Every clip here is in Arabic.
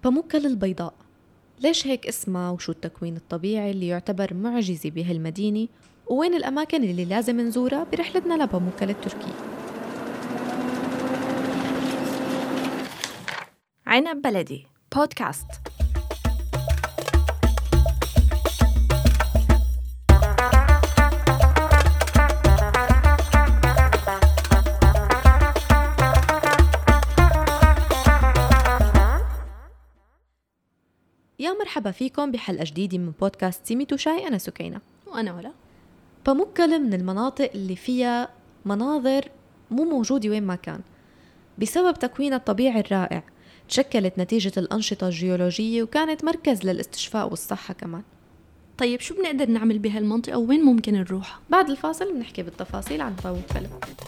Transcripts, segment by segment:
باموكل البيضاء، ليش هيك اسمها وشو التكوين الطبيعي اللي يعتبر معجزة بهالمدينة، ووين الأماكن اللي لازم نزورها برحلتنا لباموكل التركي؟ عنب بلدي بودكاست. يا مرحبا فيكم بحلقة جديدة من بودكاست سيميتو شاي. أنا سكينة وأنا ولا. باموكل من المناطق اللي فيها مناظر مو موجودة وين ما كان بسبب تكوينها الطبيعي الرائع، تشكلت نتيجة الأنشطة الجيولوجية وكانت مركز للاستشفاء والصحة كمان. طيب شو بنقدر نعمل بهالمنطقة وين ممكن نروح؟ بعد الفاصل بنحكي بالتفاصيل عن باموكل.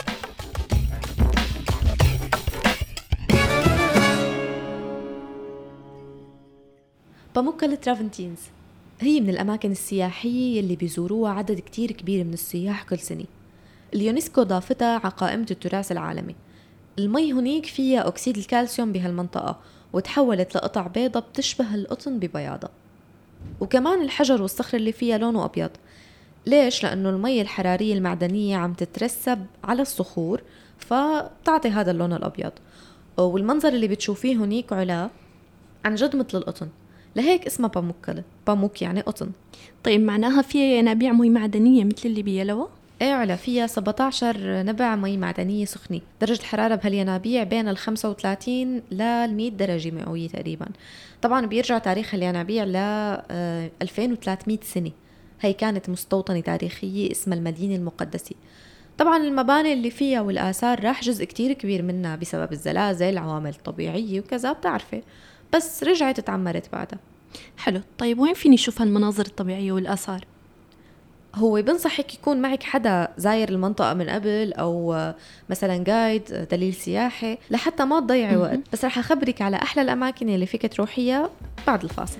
باموكل ترافنتينز هي من الأماكن السياحية اللي بيزوروها عدد كتير كبير من السياح كل سنة. اليونسكو ضافتها على قائمة التراث العالمي. المي هناك فيها أكسيد الكالسيوم بهالمنطقة وتحولت لقطع بيضة بتشبه القطن ببياضة، وكمان الحجر والصخر اللي فيها لونه أبيض. ليش؟ لأنه المي الحرارية المعدنية عم تترسب على الصخور فبتعطي هذا اللون الأبيض، والمنظر اللي بتشوفيه هناك علا عن جد مثل القطن، لهيك اسمها باموكل. باموك يعني قطن. طيب معناها فيها ينابيع مي معدنية مثل اللي بيلوى؟ ايه علا، فيها 17 نبع مي معدنية سخنة. درجة الحرارة بهالينابيع بين 35 ل 100 درجة مئوية تقريبا. طبعا بيرجع تاريخ الينابيع ل 2300 سنة. هي كانت مستوطنة تاريخية اسمها المدينة المقدسة. طبعا المباني اللي فيها والآثار راح جزء كتير كبير منها بسبب الزلازل، عوامل طبيعية وكذا بتعرفي، بس رجعت اتعمرت بعدها. حلو. طيب وين فيني شوف هالمناظر الطبيعية والآثار؟ هو بنصحك يكون معك حدا زاير المنطقة من قبل، أو مثلا جايد، دليل سياحي، لحتى ما تضيعي وقت. بس رح أخبرك على أحلى الأماكن اللي فيك تروحيها بعد الفاصل.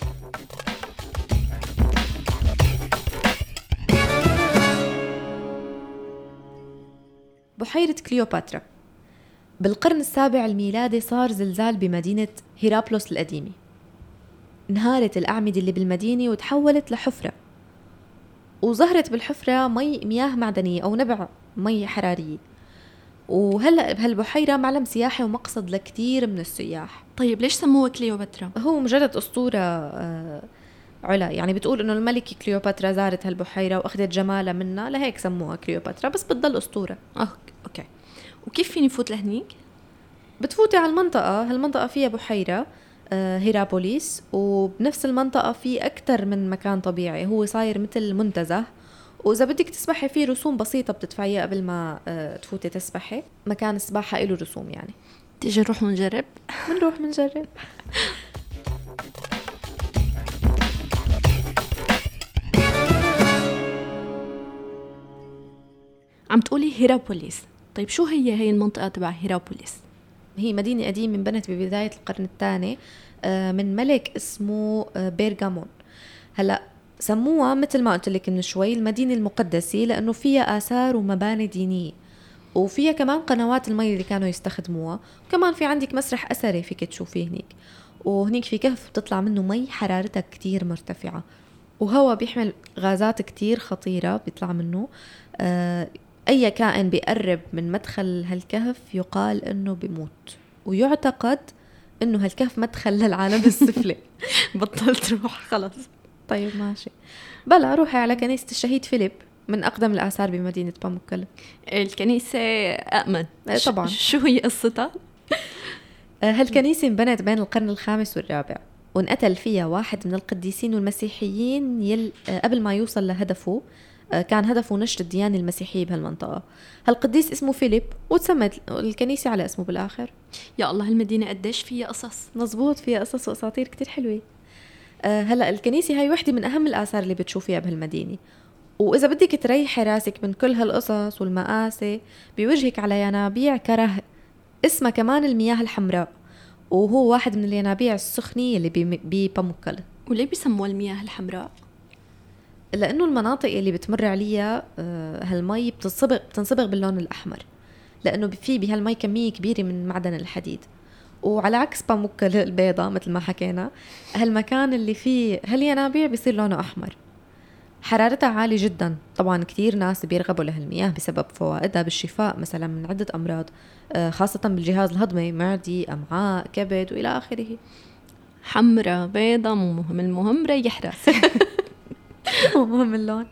بحيرة كليوباترا. بالقرن السابع الميلادي صار زلزال بمدينة هيرابلس القديمة، انهارت الأعمدة اللي بالمدينة وتحولت لحفرة، وظهرت بالحفرة مياه معدنية أو نبع مي حرارية، وهلأ بهالبحيرة معلم سياحي ومقصد لكتير من السياح. طيب ليش سموها كليوباترا؟ هو مجرد أسطورة علا، يعني بتقول إنه الملكة كليوباترا زارت هالبحيرة وأخذت جمالها منها، لهيك سموها كليوباترا، بس بتضل أسطورة. أوكي. وكيف فيني فوت لهنيك؟ بتفوتي على هالمنطقة فيها بحيرة هيرابوليس، وبنفس المنطقة في أكتر من مكان طبيعي، هو صاير مثل منتزه، وإذا بدك تسبحي فيه رسوم بسيطة بتدفعيها قبل ما تفوتي تسبحي. مكان السباحة له رسوم يعني. تيجي نروح ونجرب؟ بنروح منجرب. عم تقولي هيرابوليس، طيب شو هي المنطقة تبع هيرابوليس؟ هي مدينة قديمة انبنت ببداية القرن الثاني من ملك اسمه بيرغامون. هلأ سموها مثل ما قلت لك من شوي المدينة المقدسة لأنه فيها آثار ومباني دينية، وفيها كمان قنوات المي اللي كانوا يستخدموها، وكمان في عندك مسرح أثري فيك تشوفيه هنيك، وهنيك في كهف بتطلع منه مي حرارتها كتير مرتفعة، وهوا بيحمل غازات كتير خطيرة بيطلع منه. أي كائن بيقرب من مدخل هالكهف يقال إنه بيموت، ويعتقد إنه هالكهف مدخل للعالم السفلي. بطلت روح خلاص. طيب ماشي، بلا روحي على كنيسة الشهيد فيليب، من أقدم الآثار بمدينة باموكل. الكنيسة أأمن طبعا. شو هي قصتها؟ هالكنيسة انبنت بين القرن الخامس والرابع، وانقتل فيها واحد من القديسين والمسيحيين قبل ما يوصل لهدفه. كان هدفه نشر الديانة المسيحية بهالمنطقة. هالقديس اسمه فيليب، وتسمت الكنيسة على اسمه بالآخر. يا الله، المدينة قديش فيها قصص. مزبوط، فيها قصص وأساطير كتير حلوة. هلأ الكنيسة هاي وحدة من أهم الآثار اللي بتشوفيها بهالمدينة، وإذا بدك تريحي راسك من كل هالقصص والمآسي بيوجهك على ينابيع كره اسمها كمان المياه الحمراء، وهو واحد من الينابيع السخنة اللي بباموكل. وليه بيسموها المياه الحمراء؟ لأنه المناطق اللي بتمر عليها هالمي بتنصبغ باللون الأحمر، لأنه في بهالمي كمية كبيرة من معدن الحديد، وعلى عكس باموكة البيضة مثل ما حكينا، هالمكان اللي فيه هالينابيع بيصير لونه أحمر. حرارتها عالية جدا، طبعا كتير ناس بيرغبوا لهالمياه بسبب فوائدها بالشفاء مثلا من عدة أمراض، خاصة بالجهاز الهضمي، معدي، أمعاء، كبد وإلى آخره. حمرة بيضة مو مهم، المهم ريح راسي. مو مهم اللون.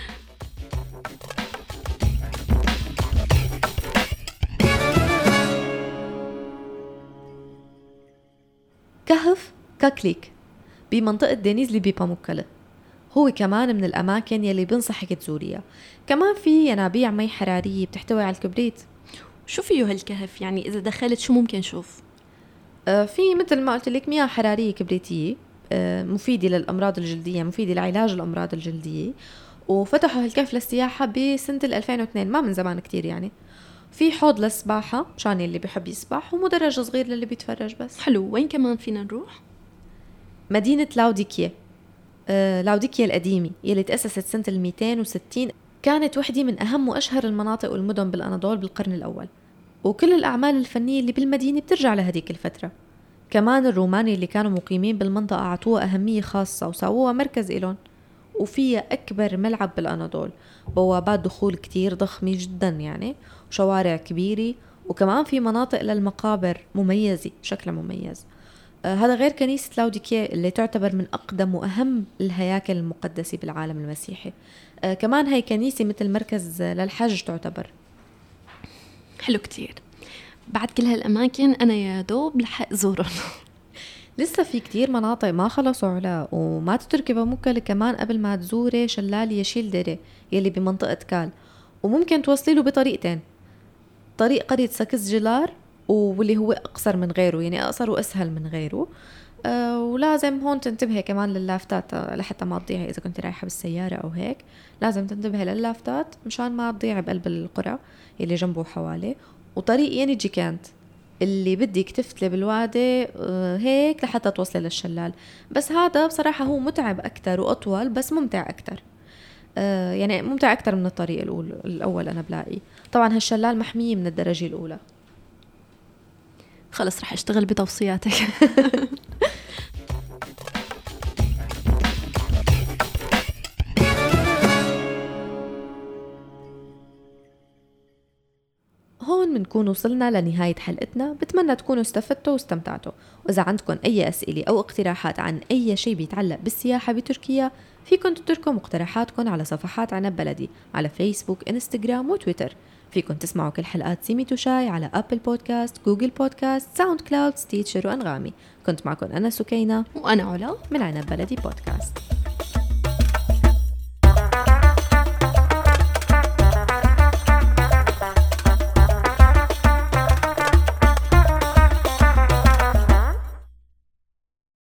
كهف كاكليك بمنطقة دينيزلي بباموكالة، هو كمان من الأماكن يلي بنصحك تزوريها. كمان في ينابيع مي حرارية بتحتوي على الكبريت. شو فيه هالكهف يعني؟ إذا دخلت شو ممكن شوف؟ في مثل ما قلت لك مياه حرارية كبريتية، مفيدة للأمراض الجلدية، مفيدة لعلاج الأمراض الجلدية. وفتحوا هالكهف للسياحة بسنة 2002، ما من زمان كتير يعني. في حوض للسباحة مشان اللي بيحب يسبح، ومدرج صغير للي بيتفرج بس. حلو. وين كمان فينا نروح؟ مدينة لاوديكيا. لاوديكيا القديمة يلي تأسست سنة 260، كانت وحدة من أهم وأشهر المناطق والمدن بالأناضول بالقرن الأول، وكل الأعمال الفنية اللي بالمدينة بترجع لهديك الفترة. كمان الرومان اللي كانوا مقيمين بالمنطقة عطوها أهمية خاصة وسووها مركز إلون. وفيها أكبر ملعب بالأناضول، بوابات دخول كتير ضخمة جدا يعني، وشوارع كبيرة، وكمان في مناطق للمقابر مميزة، شكلها مميز. هذا غير كنيسة لاوديكيا اللي تعتبر من أقدم وأهم الهياكل المقدسة بالعالم المسيحي. كمان هي كنيسة مثل مركز للحج تعتبر. حلو كتير. بعد كل هالأماكن أنا يا دوب لحق زورهم. لسه في كتير مناطق ما خلصوا علا، وما تتركي باموكالة كمان قبل ما تزوري شلال يشيلدري يلي بمنطقة كال. وممكن توصلي له بطريقتين، طريق قرية ساكس جلار واللي هو أقصر من غيره، يعني أقصر وأسهل من غيره. ولازم هون تنتبهي كمان للافتات لحتى ما تضيعي. إذا كنت رايحة بالسيارة أو هيك لازم تنتبهي للافتات مشان ما تضيعي بقلب القرى اللي جنبه حوالي. وطريق ينجي كانت اللي بدك تفتلي بالوادي هيك لحتى توصلي للشلال. بس هذا بصراحة هو متعب أكتر وأطول، بس ممتع أكتر. يعني ممتع أكتر من الطريق الأول أنا بلاقي. طبعا هالشلال محمية من الدرجة الأولى. خلص رح أشتغل بتوصياتك. هون بنكون وصلنا لنهاية حلقتنا. بتمنى تكونوا استفدتوا واستمتعتوا. وإذا عندكم أي أسئلة أو اقتراحات عن أي شيء بيتعلق بالسياحة بتركيا، فيكن تتركوا مقترحاتكم على صفحات عنب بلدي على فيسبوك، إنستغرام وتويتر. فيكن تسمعوا كل حلقات سيمي توشاي على أبل بودكاست، جوجل بودكاست، ساوند كلاود، ستيتشر وأنغامي. كنت معكم أنا سكينة وأنا علا من عنب بلدي بودكاست.